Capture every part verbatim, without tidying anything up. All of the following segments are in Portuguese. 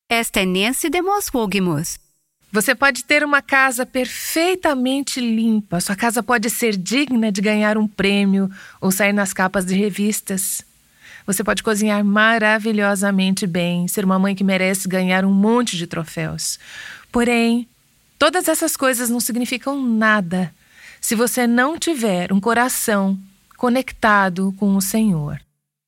Esta é Nancy DeMoss Wogemuth. Você pode ter uma casa perfeitamente limpa. Sua casa pode ser digna de ganhar um prêmio ou sair nas capas de revistas. Você pode cozinhar maravilhosamente bem, ser uma mãe que merece ganhar um monte de troféus. Porém, todas essas coisas não significam nada se você não tiver um coração conectado com o Senhor.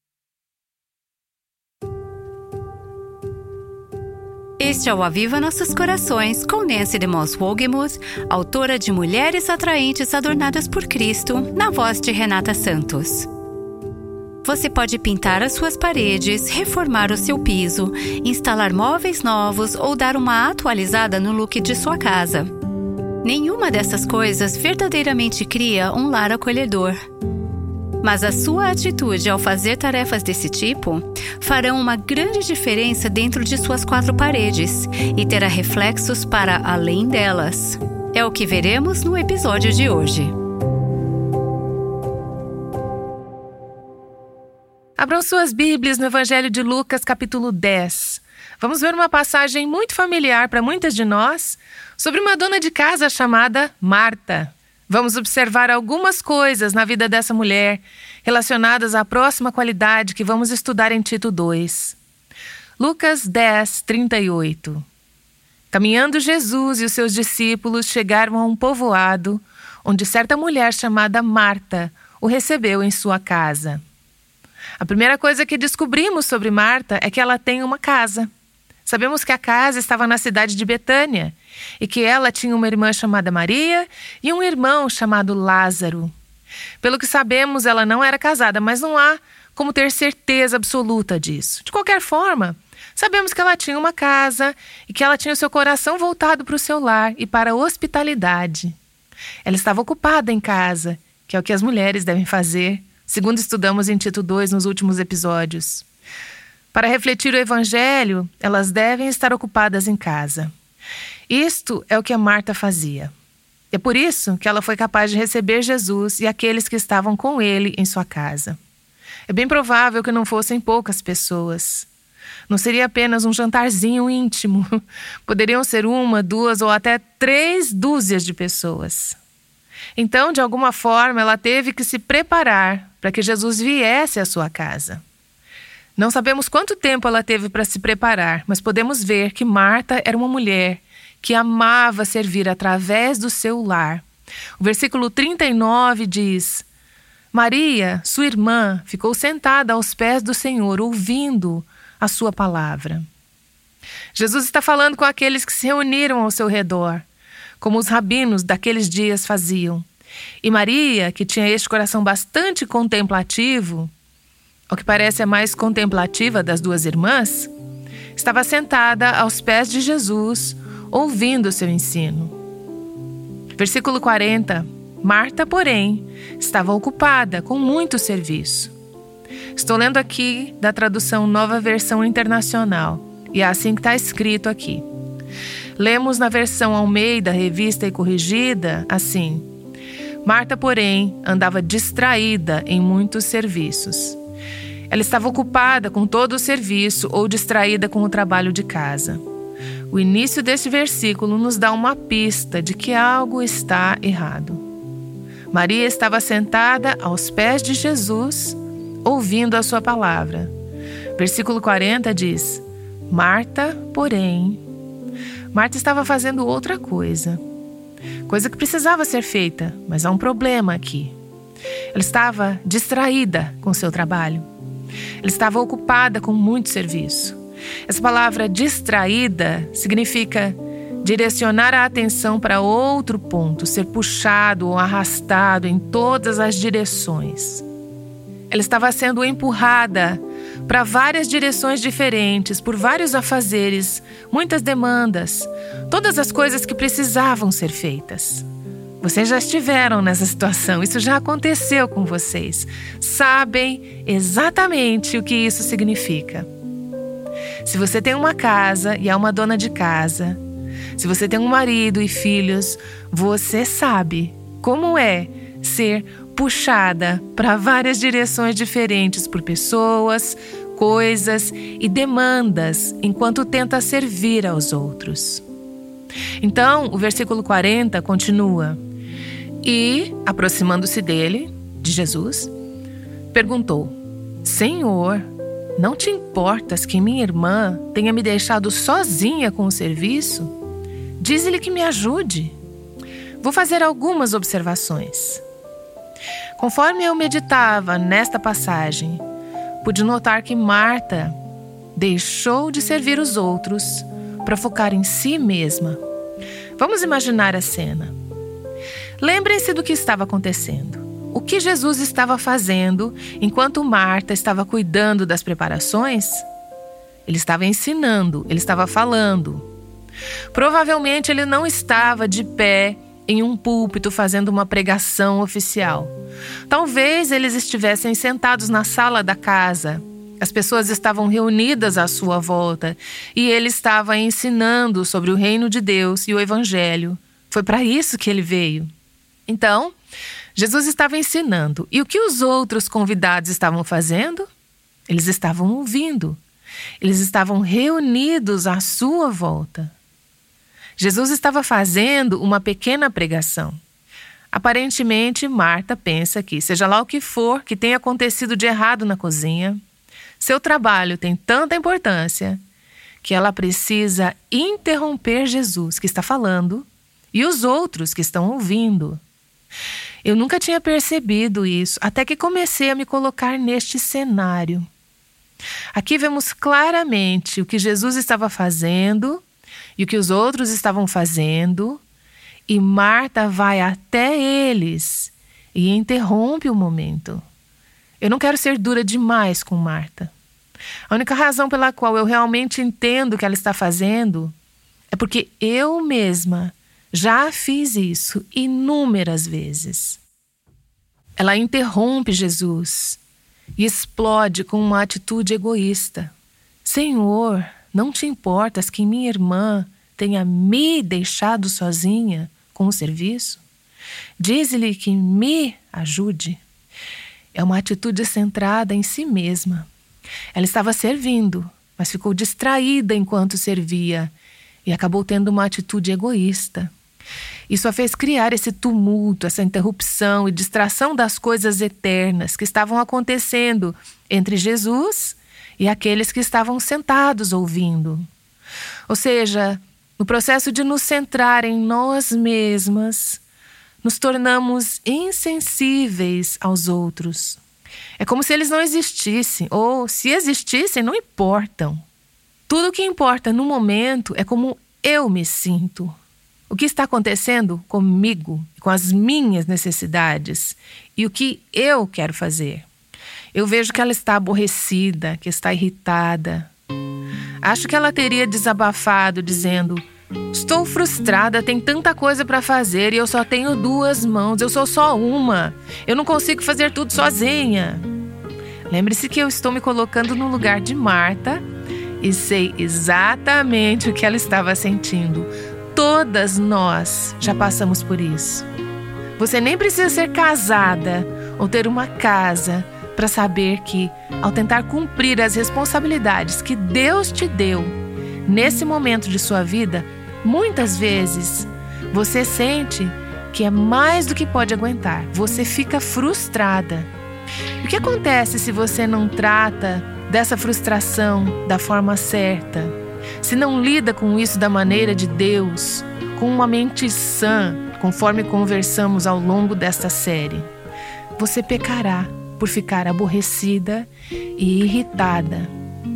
Este é o Aviva Nossos Corações, com Nancy DeMoss Wogemuth, autora de Mulheres Atraentes Adornadas por Cristo, na voz de Renata Santos. Você pode pintar as suas paredes, reformar o seu piso, instalar móveis novos ou dar uma atualizada no look de sua casa. Nenhuma dessas coisas verdadeiramente cria um lar acolhedor. Mas a sua atitude ao fazer tarefas desse tipo farão uma grande diferença dentro de suas quatro paredes e terá reflexos para além delas. É o que veremos no episódio de hoje. Abram suas Bíblias no Evangelho de Lucas, capítulo dez. Vamos ver uma passagem muito familiar para muitas de nós sobre uma dona de casa chamada Marta. Vamos observar algumas coisas na vida dessa mulher relacionadas à próxima qualidade que vamos estudar em Tito dois. Lucas dez, trinta e oito. Caminhando Jesus e os seus discípulos chegaram a um povoado onde certa mulher chamada Marta o recebeu em sua casa. A primeira coisa que descobrimos sobre Marta é que ela tem uma casa. Sabemos que a casa estava na cidade de Betânia e que ela tinha uma irmã chamada Maria e um irmão chamado Lázaro. Pelo que sabemos, ela não era casada, mas não há como ter certeza absoluta disso. De qualquer forma, sabemos que ela tinha uma casa e que ela tinha o seu coração voltado para o seu lar e para a hospitalidade. Ela estava ocupada em casa, que é o que as mulheres devem fazer, segundo estudamos em Tito dois nos últimos episódios. Para refletir o Evangelho, elas devem estar ocupadas em casa. Isto é o que a Marta fazia. É por isso que ela foi capaz de receber Jesus e aqueles que estavam com ele em sua casa. É bem provável que não fossem poucas pessoas. Não seria apenas um jantarzinho íntimo. Poderiam ser uma, duas ou até três dúzias de pessoas. Então, de alguma forma, ela teve que se preparar para que Jesus viesse à sua casa. Não sabemos quanto tempo ela teve para se preparar, mas podemos ver que Marta era uma mulher que amava servir através do seu lar. O versículo trinta e nove diz: Maria, sua irmã, ficou sentada aos pés do Senhor, ouvindo a sua palavra. Jesus está falando com aqueles que se reuniram ao seu redor, como os rabinos daqueles dias faziam. E Maria, que tinha este coração bastante contemplativo, ao que parece a mais contemplativa das duas irmãs, estava sentada aos pés de Jesus, ouvindo o seu ensino. Versículo quarenta. Marta, porém, estava ocupada com muito serviço. Estou lendo aqui da tradução Nova Versão Internacional, e é assim que está escrito aqui. Lemos na versão Almeida, revista e corrigida, assim: Marta, porém, andava distraída em muitos serviços. Ela estava ocupada com todo o serviço ou distraída com o trabalho de casa. O início deste versículo nos dá uma pista de que algo está errado. Maria estava sentada aos pés de Jesus, ouvindo a sua palavra. Versículo quarenta diz: Marta, porém... Marta estava fazendo outra coisa. Coisa que precisava ser feita, mas há um problema aqui. Ela estava distraída com seu trabalho. Ela estava ocupada com muito serviço. Essa palavra distraída significa direcionar a atenção para outro ponto, ser puxado ou arrastado em todas as direções. Ela estava sendo empurrada para várias direções diferentes, por vários afazeres, muitas demandas, todas as coisas que precisavam ser feitas. Vocês já estiveram nessa situação, isso já aconteceu com vocês. Sabem exatamente o que isso significa. Se você tem uma casa e é uma dona de casa, se você tem um marido e filhos, você sabe como é ser puxada para várias direções diferentes por pessoas, coisas e demandas enquanto tenta servir aos outros. Então, o versículo quarenta continua: E, aproximando-se dele, de Jesus, perguntou: Senhor, não te importas que minha irmã tenha me deixado sozinha com o serviço? Diz-lhe que me ajude. Vou fazer algumas observações. Conforme eu meditava nesta passagem, pude notar que Marta deixou de servir os outros para focar em si mesma. Vamos imaginar a cena. Lembrem-se do que estava acontecendo. O que Jesus estava fazendo enquanto Marta estava cuidando das preparações? Ele estava ensinando, ele estava falando. Provavelmente ele não estava de pé em um púlpito fazendo uma pregação oficial. Talvez eles estivessem sentados na sala da casa. As pessoas estavam reunidas à sua volta e ele estava ensinando sobre o reino de Deus e o evangelho. Foi para isso que ele veio. Então, Jesus estava ensinando. E o que os outros convidados estavam fazendo? Eles estavam ouvindo. Eles estavam reunidos à sua volta. Jesus estava fazendo uma pequena pregação. Aparentemente, Marta pensa que, seja lá o que for que tenha acontecido de errado na cozinha, seu trabalho tem tanta importância que ela precisa interromper Jesus, que está falando, e os outros que estão ouvindo. Eu nunca tinha percebido isso, até que comecei a me colocar neste cenário. Aqui vemos claramente o que Jesus estava fazendo e o que os outros estavam fazendo, e Marta vai até eles e interrompe o momento. Eu não quero ser dura demais com Marta. A única razão pela qual eu realmente entendo o que ela está fazendo é porque eu mesma já fiz isso inúmeras vezes. Ela interrompe Jesus e explode com uma atitude egoísta. Senhor, não te importas que minha irmã tenha me deixado sozinha com o serviço? Diz-lhe que me ajude. É uma atitude centrada em si mesma. Ela estava servindo, mas ficou distraída enquanto servia e acabou tendo uma atitude egoísta. Isso a fez criar esse tumulto, essa interrupção e distração das coisas eternas que estavam acontecendo entre Jesus e aqueles que estavam sentados ouvindo. Ou seja, no processo de nos centrar em nós mesmas, nos tornamos insensíveis aos outros. É como se eles não existissem, ou se existissem, não importam. Tudo o que importa no momento é como eu me sinto. O que está acontecendo comigo, com as minhas necessidades e o que eu quero fazer. Eu vejo que ela está aborrecida, que está irritada. Acho que ela teria desabafado dizendo: estou frustrada, tem tanta coisa para fazer e eu só tenho duas mãos, eu sou só uma. Eu não consigo fazer tudo sozinha. Lembre-se que eu estou me colocando no lugar de Marta e sei exatamente o que ela estava sentindo. Todas nós já passamos por isso. Você nem precisa ser casada ou ter uma casa para saber que, ao tentar cumprir as responsabilidades que Deus te deu nesse momento de sua vida, muitas vezes você sente que é mais do que pode aguentar. Você fica frustrada. E o que acontece se você não trata dessa frustração da forma certa? Se não lida com isso da maneira de Deus, com uma mente sã, conforme conversamos ao longo desta série, você pecará por ficar aborrecida e irritada.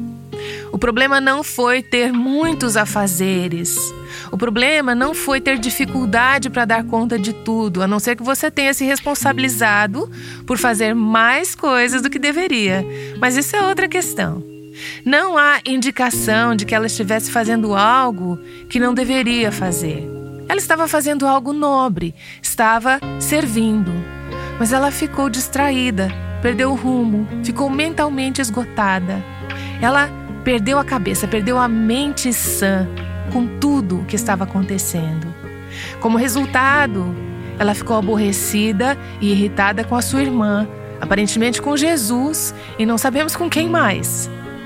O problema não foi ter muitos afazeres. O problema não foi ter dificuldade para dar conta de tudo, a não ser que você tenha se responsabilizado por fazer mais coisas do que deveria. Mas isso é outra questão. Não há indicação de que ela estivesse fazendo algo que não deveria fazer. Ela estava fazendo algo nobre, estava servindo. Mas ela ficou distraída, perdeu o rumo, ficou mentalmente esgotada. Ela perdeu a cabeça, perdeu a mente sã com tudo o que estava acontecendo. Como resultado, ela ficou aborrecida e irritada com a sua irmã, aparentemente com Jesus, e não sabemos com quem mais.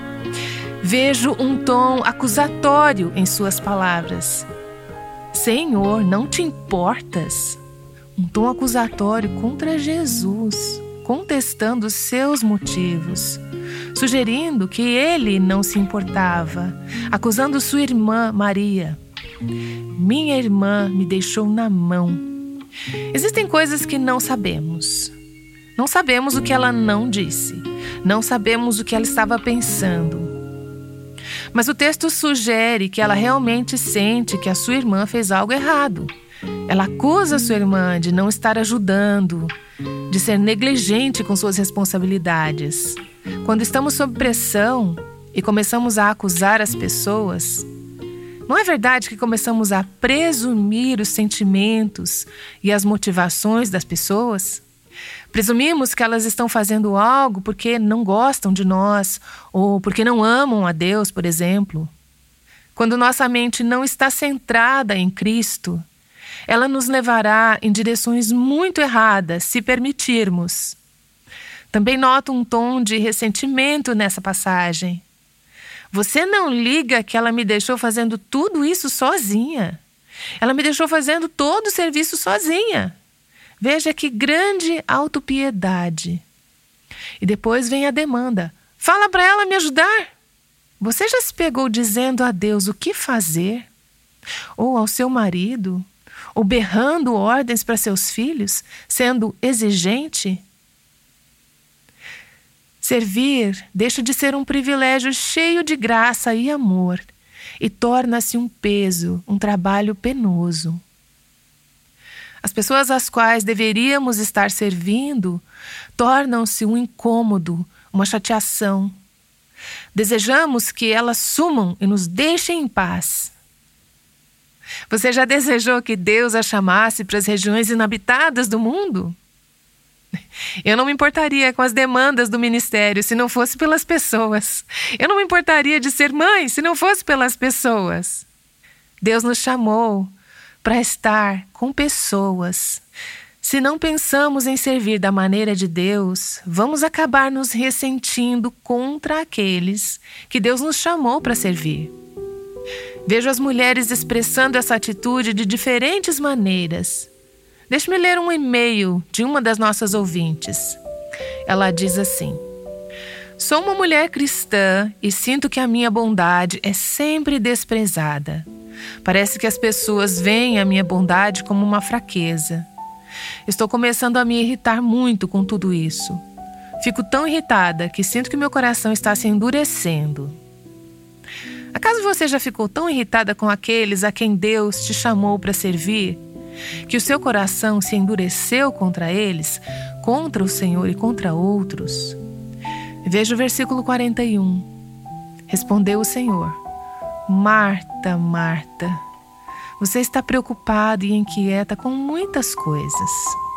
Vejo um tom acusatório em suas palavras. Senhor, não te importas? Um tom acusatório contra Jesus, contestando seus motivos, sugerindo que ele não se importava, acusando sua irmã Maria. Minha irmã me deixou na mão. Existem coisas que não sabemos. Não sabemos o que ela não disse. Não sabemos o que ela estava pensando. Mas o texto sugere que ela realmente sente que a sua irmã fez algo errado. Ela acusa a sua irmã de não estar ajudando, de ser negligente com suas responsabilidades. Quando estamos sob pressão e começamos a acusar as pessoas, não é verdade que começamos a presumir os sentimentos e as motivações das pessoas? Presumimos que elas estão fazendo algo porque não gostam de nós ou porque não amam a Deus, por exemplo. Quando nossa mente não está centrada em Cristo, ela nos levará em direções muito erradas, se permitirmos. Também noto um tom de ressentimento nessa passagem. Você não liga que ela me deixou fazendo tudo isso sozinha? Ela me deixou fazendo todo o serviço sozinha. Veja que grande autopiedade. E depois vem a demanda. Fala para ela me ajudar. Você já se pegou dizendo a Deus o que fazer? Ou ao seu marido? Ou berrando ordens para seus filhos, sendo exigente? Servir deixa de ser um privilégio cheio de graça e amor e torna-se um peso, um trabalho penoso. As pessoas às quais deveríamos estar servindo tornam-se um incômodo, uma chateação. Desejamos que elas sumam e nos deixem em paz. Você já desejou que Deus a chamasse para as regiões inabitadas do mundo? Eu não me importaria com as demandas do ministério se não fosse pelas pessoas. Eu não me importaria de ser mãe se não fosse pelas pessoas. Deus nos chamou para estar com pessoas. Se não pensamos em servir da maneira de Deus, vamos acabar nos ressentindo contra aqueles que Deus nos chamou para servir. Vejo as mulheres expressando essa atitude de diferentes maneiras. Deixe-me ler um e-mail de uma das nossas ouvintes. Ela diz assim: sou uma mulher cristã e sinto que a minha bondade é sempre desprezada. Parece que as pessoas veem a minha bondade como uma fraqueza. Estou começando a me irritar muito com tudo isso. Fico tão irritada que sinto que meu coração está se endurecendo. Acaso você já ficou tão irritada com aqueles a quem Deus te chamou para servir, que o seu coração se endureceu contra eles, contra o Senhor e contra outros? Veja o versículo quarenta e um. Respondeu o Senhor: Marta, Marta, você está preocupada e inquieta com muitas coisas.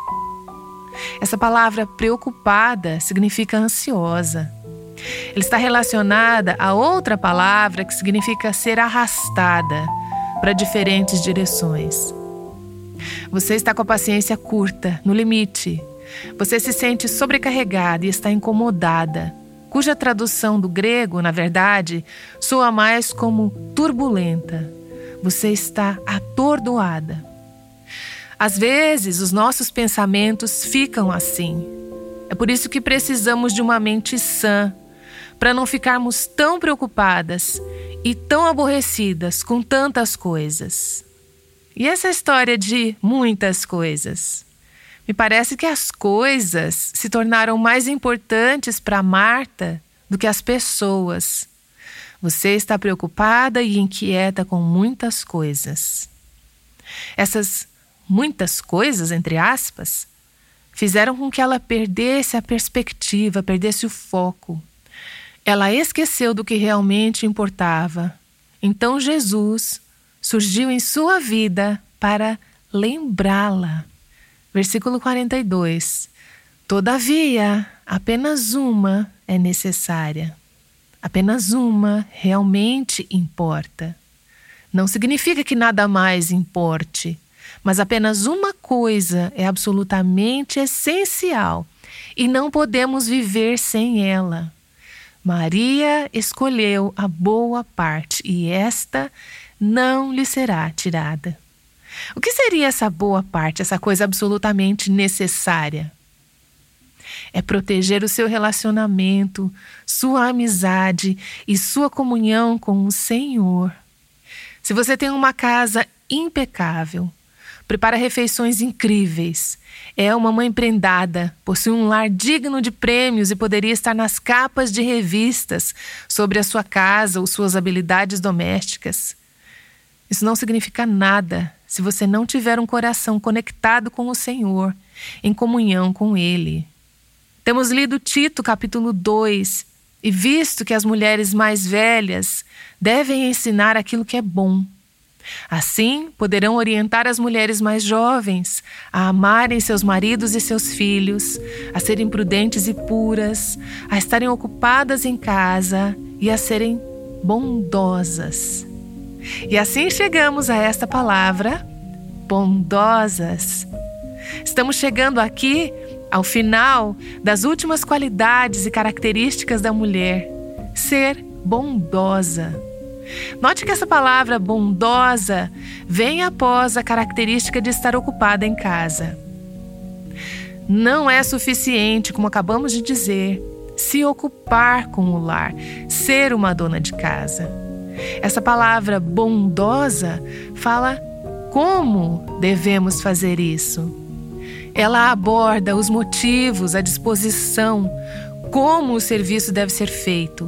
Essa palavra preocupada significa ansiosa. Ela está relacionada a outra palavra que significa ser arrastada para diferentes direções. Você está com a paciência curta, no limite. Você se sente sobrecarregada e está incomodada, cuja tradução do grego, na verdade, soa mais como turbulenta. Você está atordoada. Às vezes, os nossos pensamentos ficam assim. É por isso que precisamos de uma mente sã, para não ficarmos tão preocupadas e tão aborrecidas com tantas coisas. E essa história de muitas coisas? Me parece que as coisas se tornaram mais importantes para Marta do que as pessoas. Você está preocupada e inquieta com muitas coisas. Essas muitas coisas, entre aspas, fizeram com que ela perdesse a perspectiva, perdesse o foco. Ela esqueceu do que realmente importava. Então Jesus surgiu em sua vida para lembrá-la. Versículo quarenta e dois. Todavia, apenas uma é necessária. Apenas uma realmente importa. Não significa que nada mais importe, mas apenas uma coisa é absolutamente essencial e não podemos viver sem ela. Maria escolheu a boa parte e esta não lhe será tirada. O que seria essa boa parte, essa coisa absolutamente necessária? É proteger o seu relacionamento, sua amizade e sua comunhão com o Senhor. Se você tem uma casa impecável, prepara refeições incríveis, é uma mãe prendada, possui um lar digno de prêmios e poderia estar nas capas de revistas sobre a sua casa ou suas habilidades domésticas. Isso não significa nada se você não tiver um coração conectado com o Senhor, em comunhão com Ele. Temos lido Tito capítulo dois e visto que as mulheres mais velhas devem ensinar aquilo que é bom. Assim, poderão orientar as mulheres mais jovens a amarem seus maridos e seus filhos, a serem prudentes e puras, a estarem ocupadas em casa e a serem bondosas. E assim chegamos a esta palavra, bondosas. Estamos chegando aqui ao final das últimas qualidades e características da mulher, ser bondosa. Note que essa palavra bondosa vem após a característica de estar ocupada em casa. Não é suficiente, como acabamos de dizer, se ocupar com o lar, ser uma dona de casa. Essa palavra bondosa fala como devemos fazer isso. Ela aborda os motivos, a disposição, como o serviço deve ser feito.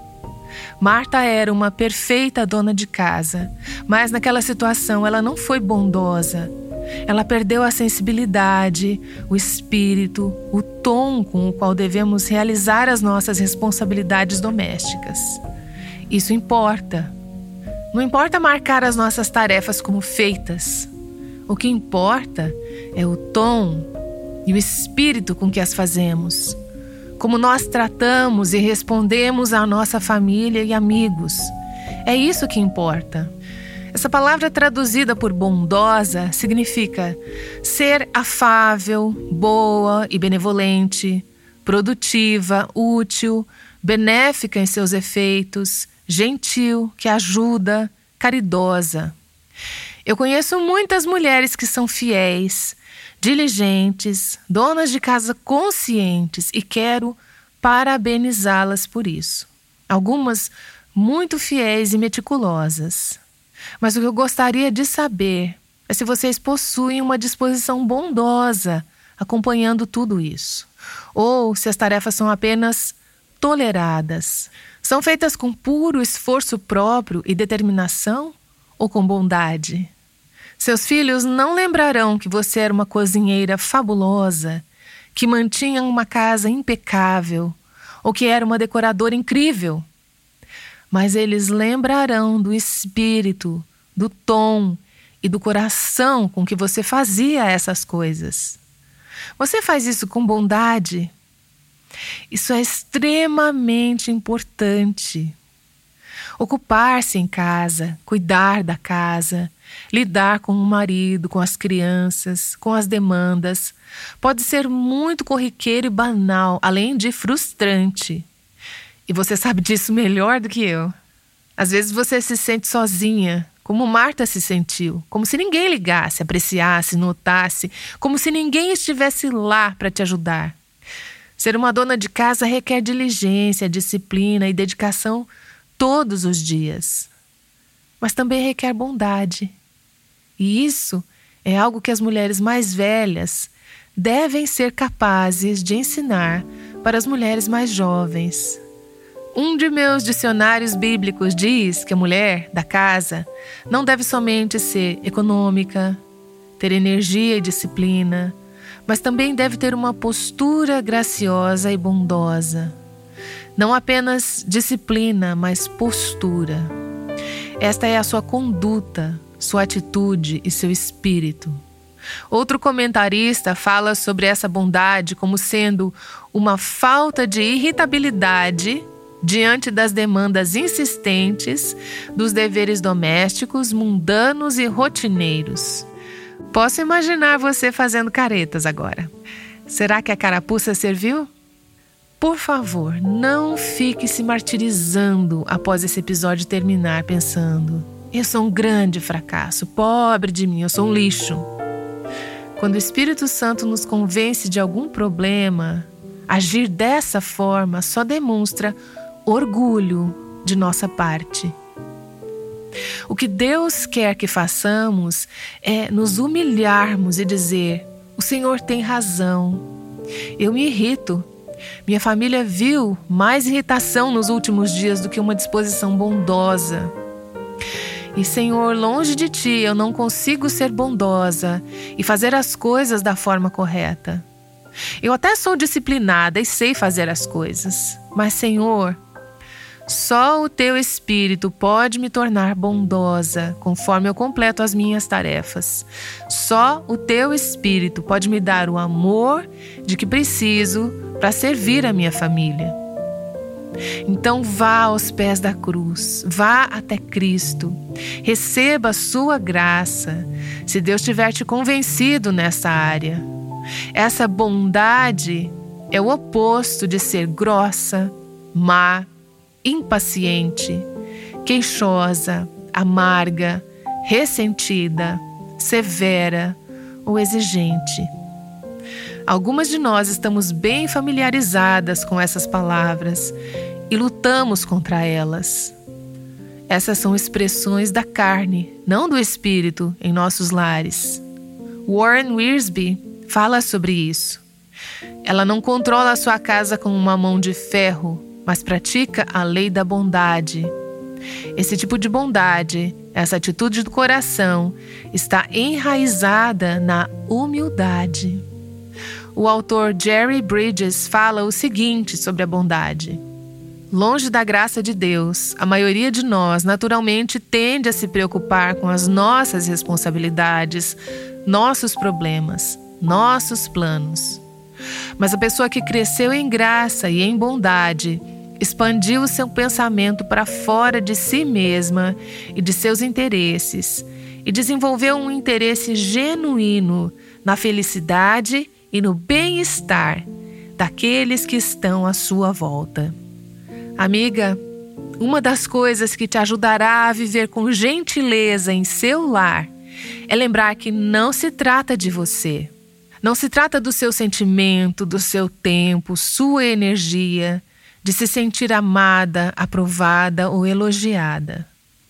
Marta era uma perfeita dona de casa, mas naquela situação ela não foi bondosa. Ela perdeu a sensibilidade, o espírito, o tom com o qual devemos realizar as nossas responsabilidades domésticas. Isso importa. Não importa marcar as nossas tarefas como feitas. O que importa é o tom e o espírito com que as fazemos. Como nós tratamos e respondemos à nossa família e amigos. É isso que importa. Essa palavra traduzida por bondosa significa ser afável, boa e benevolente, produtiva, útil, benéfica em seus efeitos, gentil, que ajuda, caridosa. Eu conheço muitas mulheres que são fiéis, diligentes, donas de casa conscientes e quero parabenizá-las por isso. Algumas muito fiéis e meticulosas. Mas o que eu gostaria de saber é se vocês possuem uma disposição bondosa acompanhando tudo isso. Ou se as tarefas são apenas toleradas. São feitas com puro esforço próprio e determinação ou com bondade? Seus filhos não lembrarão que você era uma cozinheira fabulosa, que mantinha uma casa impecável, ou que era uma decoradora incrível. Mas eles lembrarão do espírito, do tom e do coração com que você fazia essas coisas. Você faz isso com bondade? Isso é extremamente importante. Ocupar-se em casa, cuidar da casa, lidar com o marido, com as crianças, com as demandas, pode ser muito corriqueiro e banal, além de frustrante. E você sabe disso melhor do que eu. Às vezes você se sente sozinha, como Marta se sentiu, como se ninguém ligasse, apreciasse, notasse, como se ninguém estivesse lá para te ajudar. Ser uma dona de casa requer diligência, disciplina e dedicação todos os dias. Mas também requer bondade. E isso é algo que as mulheres mais velhas devem ser capazes de ensinar para as mulheres mais jovens. Um de meus dicionários bíblicos diz que a mulher da casa não deve somente ser econômica, ter energia e disciplina, mas também deve ter uma postura graciosa e bondosa. Não apenas disciplina, mas postura. Esta é a sua conduta, sua atitude e seu espírito. Outro comentarista fala sobre essa bondade como sendo uma falta de irritabilidade diante das demandas insistentes dos deveres domésticos, mundanos e rotineiros. Posso imaginar você fazendo caretas agora. Será que a carapuça serviu? por favor, não fique se martirizando após esse episódio terminar pensando: eu sou um grande fracasso, pobre de mim, eu sou um lixo. Quando o Espírito Santo nos convence de algum problema, agir dessa forma só demonstra orgulho de nossa parte. O que Deus quer que façamos é nos humilharmos e dizer: o Senhor tem razão, eu me irrito. Minha família viu mais irritação nos últimos dias do que uma disposição bondosa. E, Senhor, longe de Ti eu não consigo ser bondosa e fazer as coisas da forma correta. Eu até sou disciplinada e sei fazer as coisas, mas, Senhor, só o Teu Espírito pode me tornar bondosa conforme eu completo as minhas tarefas. Só o Teu Espírito pode me dar o amor de que preciso para servir a minha família. Então vá aos pés da cruz, vá até Cristo, receba a sua graça, se Deus tiver te convencido nessa área. Essa bondade é o oposto de ser grossa, má, impaciente, queixosa, amarga, ressentida, severa ou exigente. Algumas de nós estamos bem familiarizadas com essas palavras e lutamos contra elas. Essas são expressões da carne, não do espírito, em nossos lares. Warren Wiersbe fala sobre isso. Ela não controla a sua casa com uma mão de ferro, mas pratica a lei da bondade. Esse tipo de bondade, essa atitude do coração, está enraizada na humildade. O autor Jerry Bridges fala o seguinte sobre a bondade: longe da graça de Deus, a maioria de nós naturalmente tende a se preocupar com as nossas responsabilidades, nossos problemas, nossos planos. Mas a pessoa que cresceu em graça e em bondade expandiu o seu pensamento para fora de si mesma e de seus interesses e desenvolveu um interesse genuíno na felicidade e no bem-estar daqueles que estão à sua volta. Amiga, uma das coisas que te ajudará a viver com gentileza em seu lar é lembrar que não se trata de você. Não se trata do seu sentimento, do seu tempo, sua energia, de se sentir amada, aprovada ou elogiada.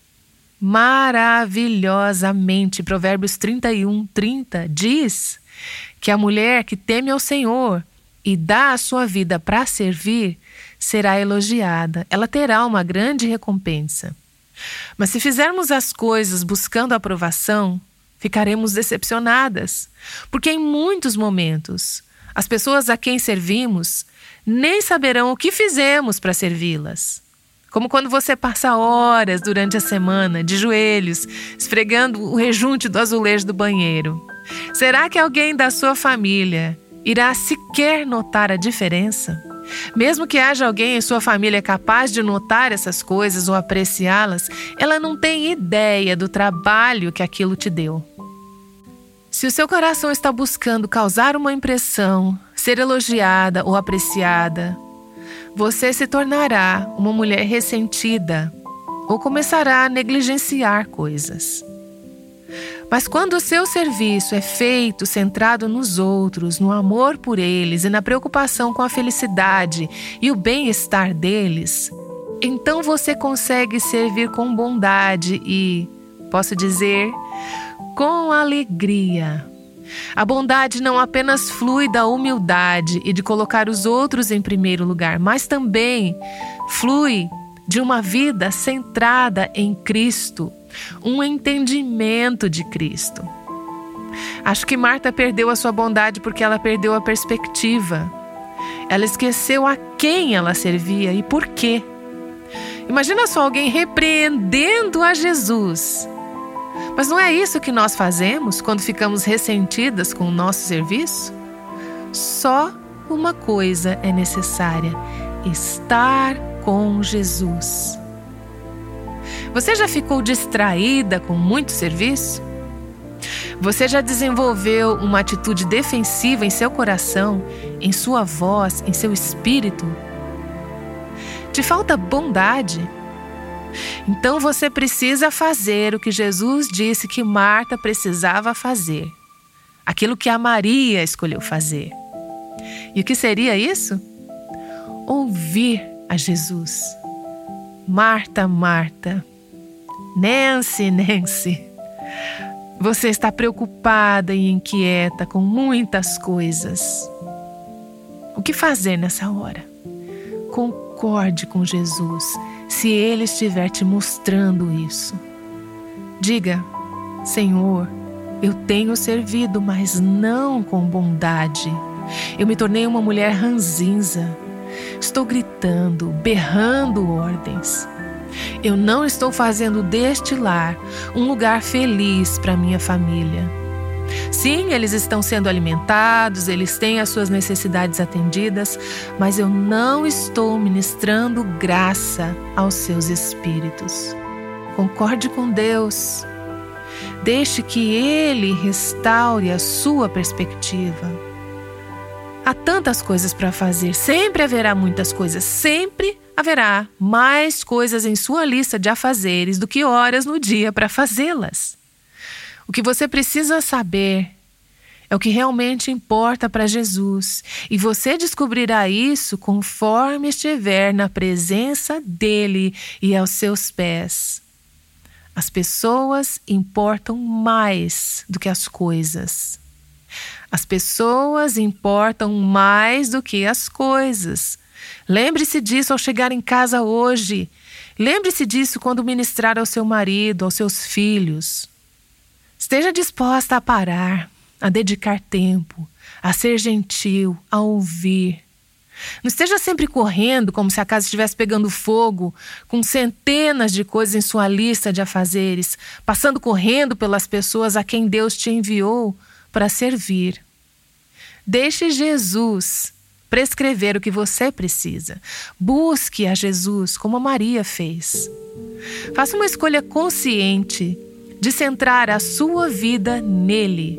Maravilhosamente, Provérbios trinta e um, trinta diz que a mulher que teme ao Senhor e dá a sua vida para servir será elogiada. Ela terá uma grande recompensa. Mas se fizermos as coisas buscando aprovação, ficaremos decepcionadas, porque em muitos momentos as pessoas a quem servimos nem saberão o que fizemos para servi-las. Como quando você passa horas durante a semana de joelhos, esfregando o rejunte do azulejo do banheiro. Será que alguém da sua família irá sequer notar a diferença? Mesmo que haja alguém em sua família capaz de notar essas coisas ou apreciá-las, ela não tem ideia do trabalho que aquilo te deu. Se o seu coração está buscando causar uma impressão, ser elogiada ou apreciada, você se tornará uma mulher ressentida ou começará a negligenciar coisas. Mas quando o seu serviço é feito centrado nos outros, no amor por eles e na preocupação com a felicidade e o bem-estar deles, então você consegue servir com bondade e, posso dizer, com alegria. A bondade não apenas flui da humildade e de colocar os outros em primeiro lugar, mas também flui de uma vida centrada em Cristo, um entendimento de Cristo. Acho que Marta perdeu a sua bondade porque ela perdeu a perspectiva. Ela esqueceu a quem ela servia e por quê. Imagina só alguém repreendendo a Jesus. Mas não é isso que nós fazemos quando ficamos ressentidas com o nosso serviço? Só uma coisa é necessária: estar com Jesus. Você já ficou distraída com muito serviço? Você já desenvolveu uma atitude defensiva em seu coração, em sua voz, em seu espírito? Te falta bondade? Então você precisa fazer o que Jesus disse que Marta precisava fazer. Aquilo que a Maria escolheu fazer. E o que seria isso? Ouvir a Jesus. Marta, Marta. Nancy, Nancy. Você está preocupada e inquieta com muitas coisas. O que fazer nessa hora? Concorde com Jesus, se Ele estiver te mostrando isso. Diga: Senhor, eu tenho servido, mas não com bondade. Eu me tornei uma mulher ranzinza. Estou gritando, berrando ordens. Eu não estou fazendo deste lar um lugar feliz para minha família. Sim, eles estão sendo alimentados, eles têm as suas necessidades atendidas, mas eu não estou ministrando graça aos seus espíritos. Concorde com Deus. Deixe que Ele restaure a sua perspectiva. Há tantas coisas para fazer, sempre haverá muitas coisas, sempre haverá mais coisas em sua lista de afazeres do que horas no dia para fazê-las. O que você precisa saber é o que realmente importa para Jesus, e você descobrirá isso conforme estiver na presença dele e aos seus pés. As pessoas importam mais do que as coisas. As pessoas importam mais do que as coisas. Lembre-se disso ao chegar em casa hoje. Lembre-se disso quando ministrar ao seu marido, aos seus filhos. Esteja disposta a parar, a dedicar tempo, a ser gentil, a ouvir. Não esteja sempre correndo como se a casa estivesse pegando fogo, com centenas de coisas em sua lista de afazeres, passando correndo pelas pessoas a quem Deus te enviou para servir. Deixe Jesus prescrever o que você precisa. Busque a Jesus como a Maria fez. Faça uma escolha consciente de centrar a sua vida nele.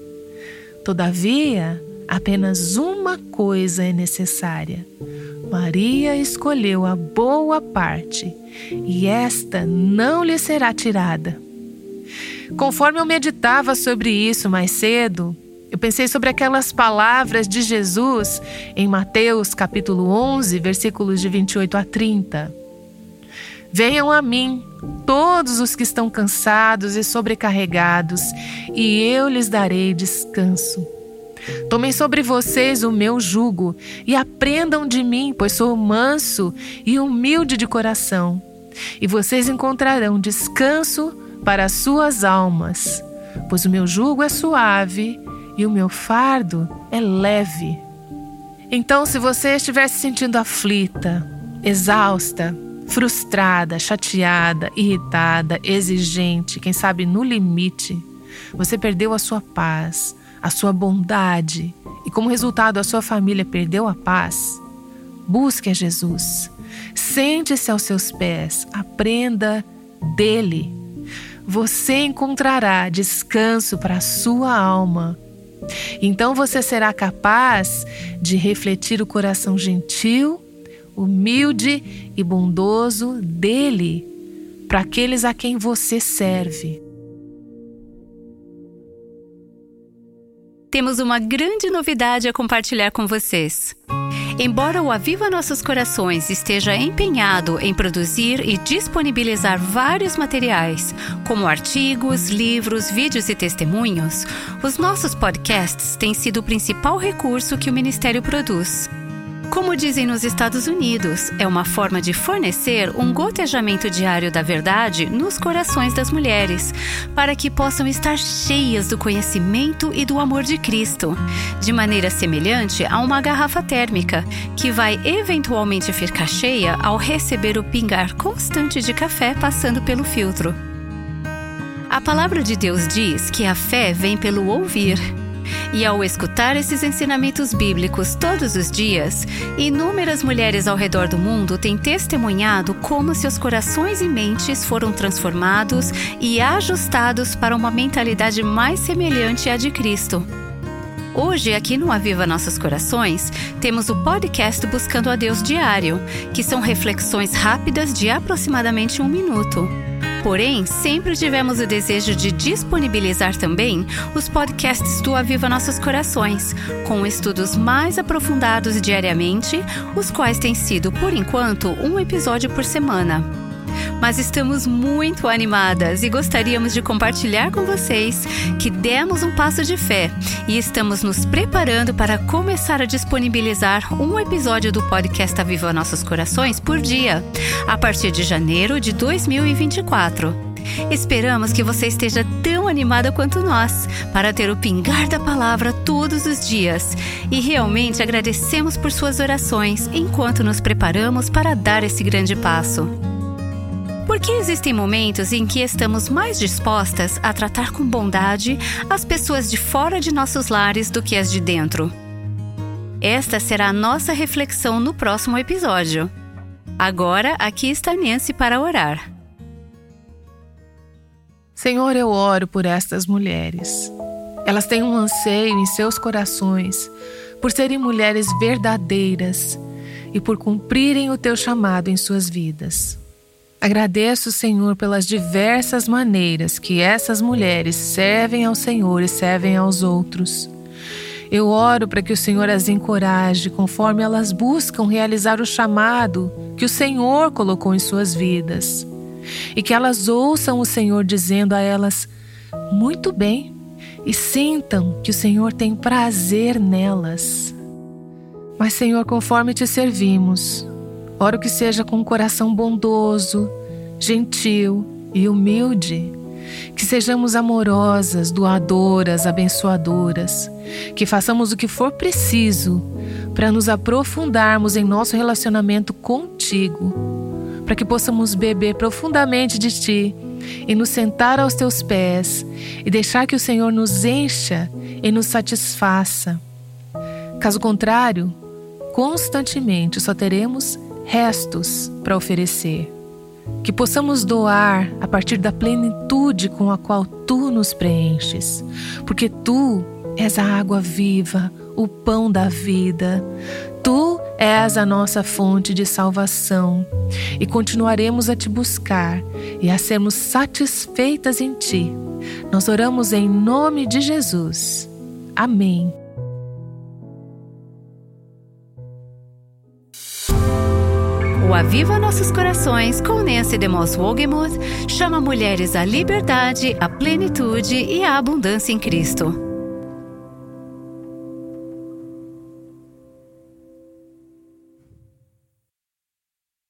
Todavia, apenas uma coisa é necessária. Maria escolheu a boa parte, e esta não lhe será tirada. Conforme eu meditava sobre isso mais cedo, eu pensei sobre aquelas palavras de Jesus em Mateus capítulo onze, versículos de vinte e oito a trinta. Venham a mim, todos os que estão cansados e sobrecarregados, e eu lhes darei descanso. Tomem sobre vocês o meu jugo e aprendam de mim, pois sou manso e humilde de coração, e vocês encontrarão descanso para as suas almas, pois o meu jugo é suave e o meu fardo é leve. Então, se você estiver se sentindo aflita, exausta, frustrada, chateada, irritada, exigente, quem sabe no limite, você perdeu a sua paz, a sua bondade, e como resultado a sua família perdeu a paz, busque a Jesus. Sente-se aos seus pés, aprenda dele. Você encontrará descanso para a sua alma. Então você será capaz de refletir o coração gentil, humilde e bondoso dele para aqueles a quem você serve. Temos uma grande novidade a compartilhar com vocês. Embora o Aviva Nossos Corações esteja empenhado em produzir e disponibilizar vários materiais, como artigos, livros, vídeos e testemunhos, os nossos podcasts têm sido o principal recurso que o Ministério produz. Como dizem nos Estados Unidos, é uma forma de fornecer um gotejamento diário da verdade nos corações das mulheres, para que possam estar cheias do conhecimento e do amor de Cristo, de maneira semelhante a uma garrafa térmica, que vai eventualmente ficar cheia ao receber o pingar constante de café passando pelo filtro. A palavra de Deus diz que a fé vem pelo ouvir. E ao escutar esses ensinamentos bíblicos todos os dias, inúmeras mulheres ao redor do mundo têm testemunhado como seus corações e mentes foram transformados e ajustados para uma mentalidade mais semelhante à de Cristo. Hoje, aqui no Aviva Nossos Corações, temos o podcast Buscando a Deus Diário, que são reflexões rápidas de aproximadamente um minuto. Porém, sempre tivemos o desejo de disponibilizar também os podcasts do Aviva Nossos Corações, com estudos mais aprofundados diariamente, os quais têm sido, por enquanto, um episódio por semana. Mas estamos muito animadas e gostaríamos de compartilhar com vocês que demos um passo de fé e estamos nos preparando para começar a disponibilizar um episódio do podcast Aviva Nossos Corações por dia, a partir de janeiro de dois mil e vinte e quatro. Esperamos que você esteja tão animada quanto nós para ter o pingar da palavra todos os dias e realmente agradecemos por suas orações enquanto nos preparamos para dar esse grande passo. Porque existem momentos em que estamos mais dispostas a tratar com bondade as pessoas de fora de nossos lares do que as de dentro. Esta será a nossa reflexão no próximo episódio. Agora, aqui está Nancy para orar. Senhor, eu oro por estas mulheres. Elas têm um anseio em seus corações por serem mulheres verdadeiras e por cumprirem o teu chamado em suas vidas. Agradeço, Senhor, pelas diversas maneiras que essas mulheres servem ao Senhor e servem aos outros. Eu oro para que o Senhor as encoraje conforme elas buscam realizar o chamado que o Senhor colocou em suas vidas. E que elas ouçam o Senhor dizendo a elas, muito bem, e sintam que o Senhor tem prazer nelas. Mas, Senhor, conforme te servimos, oro que seja com um coração bondoso, gentil e humilde, que sejamos amorosas, doadoras, abençoadoras, que façamos o que for preciso para nos aprofundarmos em nosso relacionamento contigo, para que possamos beber profundamente de ti e nos sentar aos teus pés e deixar que o Senhor nos encha e nos satisfaça. Caso contrário, constantemente só teremos restos para oferecer. Que possamos doar a partir da plenitude com a qual Tu nos preenches, porque Tu és a água viva, o pão da vida. Tu és a nossa fonte de salvação e continuaremos a Te buscar e a sermos satisfeitas em Ti. Nós oramos em nome de Jesus. Amém. O Aviva Nossos Corações, com Nancy DeMoss Wogemuth, chama mulheres à liberdade, à plenitude e à abundância em Cristo.